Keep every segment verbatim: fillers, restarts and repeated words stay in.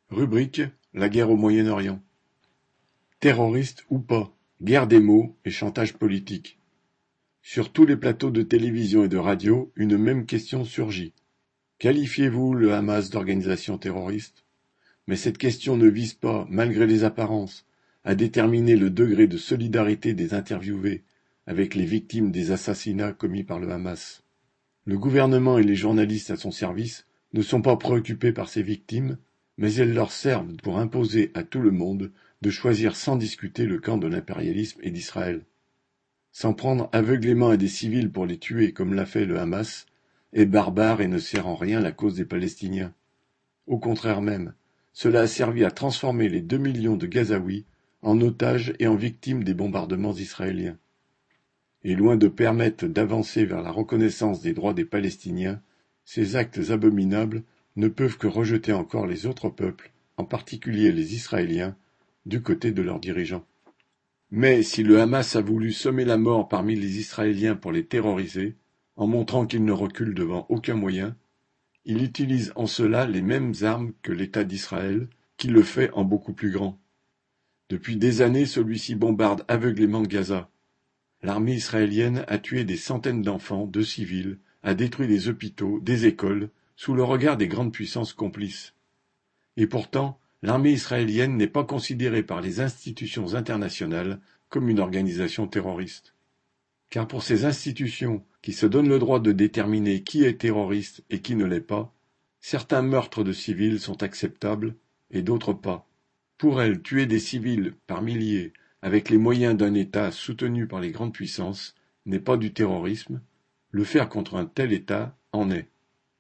Rubrique: La guerre au Moyen-Orient. Terroriste ou pas, guerre des mots et chantage politique. Sur tous les plateaux de télévision et de radio, une même question surgit. Qualifiez-vous le Hamas d'organisation terroriste? Mais cette question ne vise pas, malgré les apparences, à déterminer le degré de solidarité des interviewés avec les victimes des assassinats commis par le Hamas. Le gouvernement et les journalistes à son service ne sont pas préoccupés par ces victimes, mais elles leur servent pour imposer à tout le monde de choisir sans discuter le camp de l'impérialisme et d'Israël. S'en prendre aveuglément à des civils pour les tuer comme l'a fait le Hamas est barbare et ne sert en rien la cause des Palestiniens. Au contraire même, cela a servi à transformer les deux millions de Gazaouis en otages et en victimes des bombardements israéliens. Et loin de permettre d'avancer vers la reconnaissance des droits des Palestiniens, ces actes abominables ne peuvent que rejeter encore les autres peuples, en particulier les Israéliens, du côté de leurs dirigeants. Mais si le Hamas a voulu semer la mort parmi les Israéliens pour les terroriser, en montrant qu'il ne recule devant aucun moyen, il utilise en cela les mêmes armes que l'État d'Israël, qui le fait en beaucoup plus grand. Depuis des années, celui-ci bombarde aveuglément Gaza. L'armée israélienne a tué des centaines d'enfants, de civils, a détruit des hôpitaux, des écoles, sous le regard des grandes puissances complices. Et pourtant, l'armée israélienne n'est pas considérée par les institutions internationales comme une organisation terroriste. Car pour ces institutions, qui se donnent le droit de déterminer qui est terroriste et qui ne l'est pas, certains meurtres de civils sont acceptables et d'autres pas. Pour elles, tuer des civils par milliers avec les moyens d'un État soutenu par les grandes puissances n'est pas du terrorisme, le faire contre un tel État en est.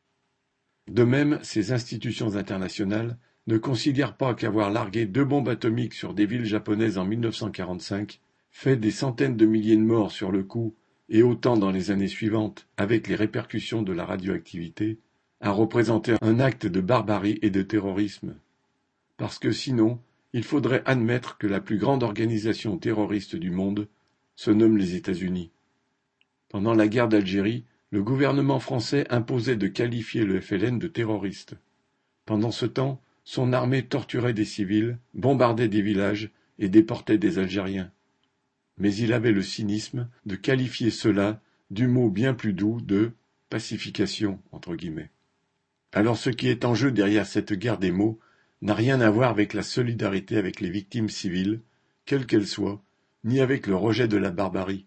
De même, ces institutions internationales ne considèrent pas qu'avoir largué deux bombes atomiques sur des villes japonaises en mille neuf cent quarante-cinq, fait des centaines de milliers de morts sur le coup et autant dans les années suivantes avec les répercussions de la radioactivité, a représenté un acte de barbarie et de terrorisme. Parce que sinon, il faudrait admettre que la plus grande organisation terroriste du monde se nomme les États-Unis. Pendant la guerre d'Algérie, le gouvernement français imposait de qualifier le F L N de terroriste. Pendant ce temps, son armée torturait des civils, bombardait des villages et déportait des Algériens. Mais il avait le cynisme de qualifier cela du mot bien plus doux de « pacification ». entre guillemets. Alors ce qui est en jeu derrière cette guerre des mots n'a rien à voir avec la solidarité avec les victimes civiles, quelles qu'elles soient, ni avec le rejet de la barbarie.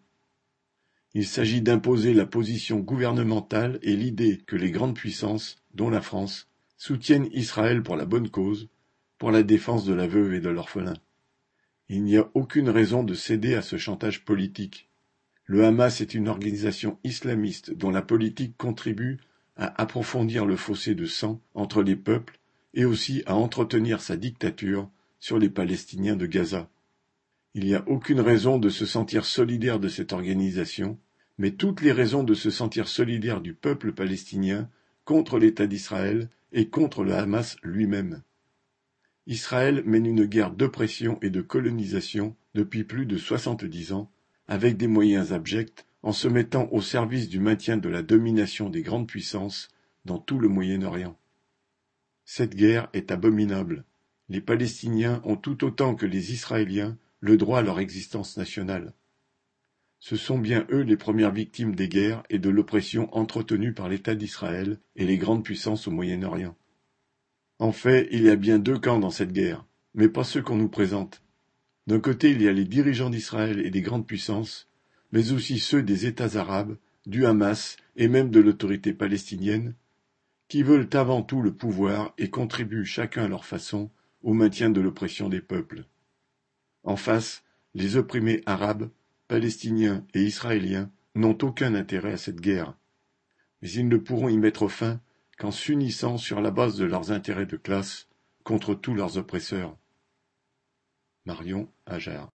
Il s'agit d'imposer la position gouvernementale et l'idée que les grandes puissances, dont la France, soutiennent Israël pour la bonne cause, pour la défense de la veuve et de l'orphelin. Il n'y a aucune raison de céder à ce chantage politique. Le Hamas est une organisation islamiste dont la politique contribue à approfondir le fossé de sang entre les peuples et aussi à entretenir sa dictature sur les Palestiniens de Gaza. Il n'y a aucune raison de se sentir solidaire de cette organisation, mais toutes les raisons de se sentir solidaire du peuple palestinien contre l'État d'Israël et contre le Hamas lui-même. Israël mène une guerre d'oppression et de colonisation depuis plus de soixante-dix ans, avec des moyens abjects, en se mettant au service du maintien de la domination des grandes puissances dans tout le Moyen-Orient. Cette guerre est abominable. Les Palestiniens ont tout autant que les Israéliens le droit à leur existence nationale. Ce sont bien eux les premières victimes des guerres et de l'oppression entretenue par l'État d'Israël et les grandes puissances au Moyen-Orient. En fait, il y a bien deux camps dans cette guerre, mais pas ceux qu'on nous présente. D'un côté, il y a les dirigeants d'Israël et des grandes puissances, mais aussi ceux des États arabes, du Hamas et même de l'autorité palestinienne, qui veulent avant tout le pouvoir et contribuent chacun à leur façon au maintien de l'oppression des peuples. En face, les opprimés arabes, palestiniens et israéliens n'ont aucun intérêt à cette guerre, mais ils ne pourront y mettre fin qu'en s'unissant sur la base de leurs intérêts de classe contre tous leurs oppresseurs. Marion Hajar.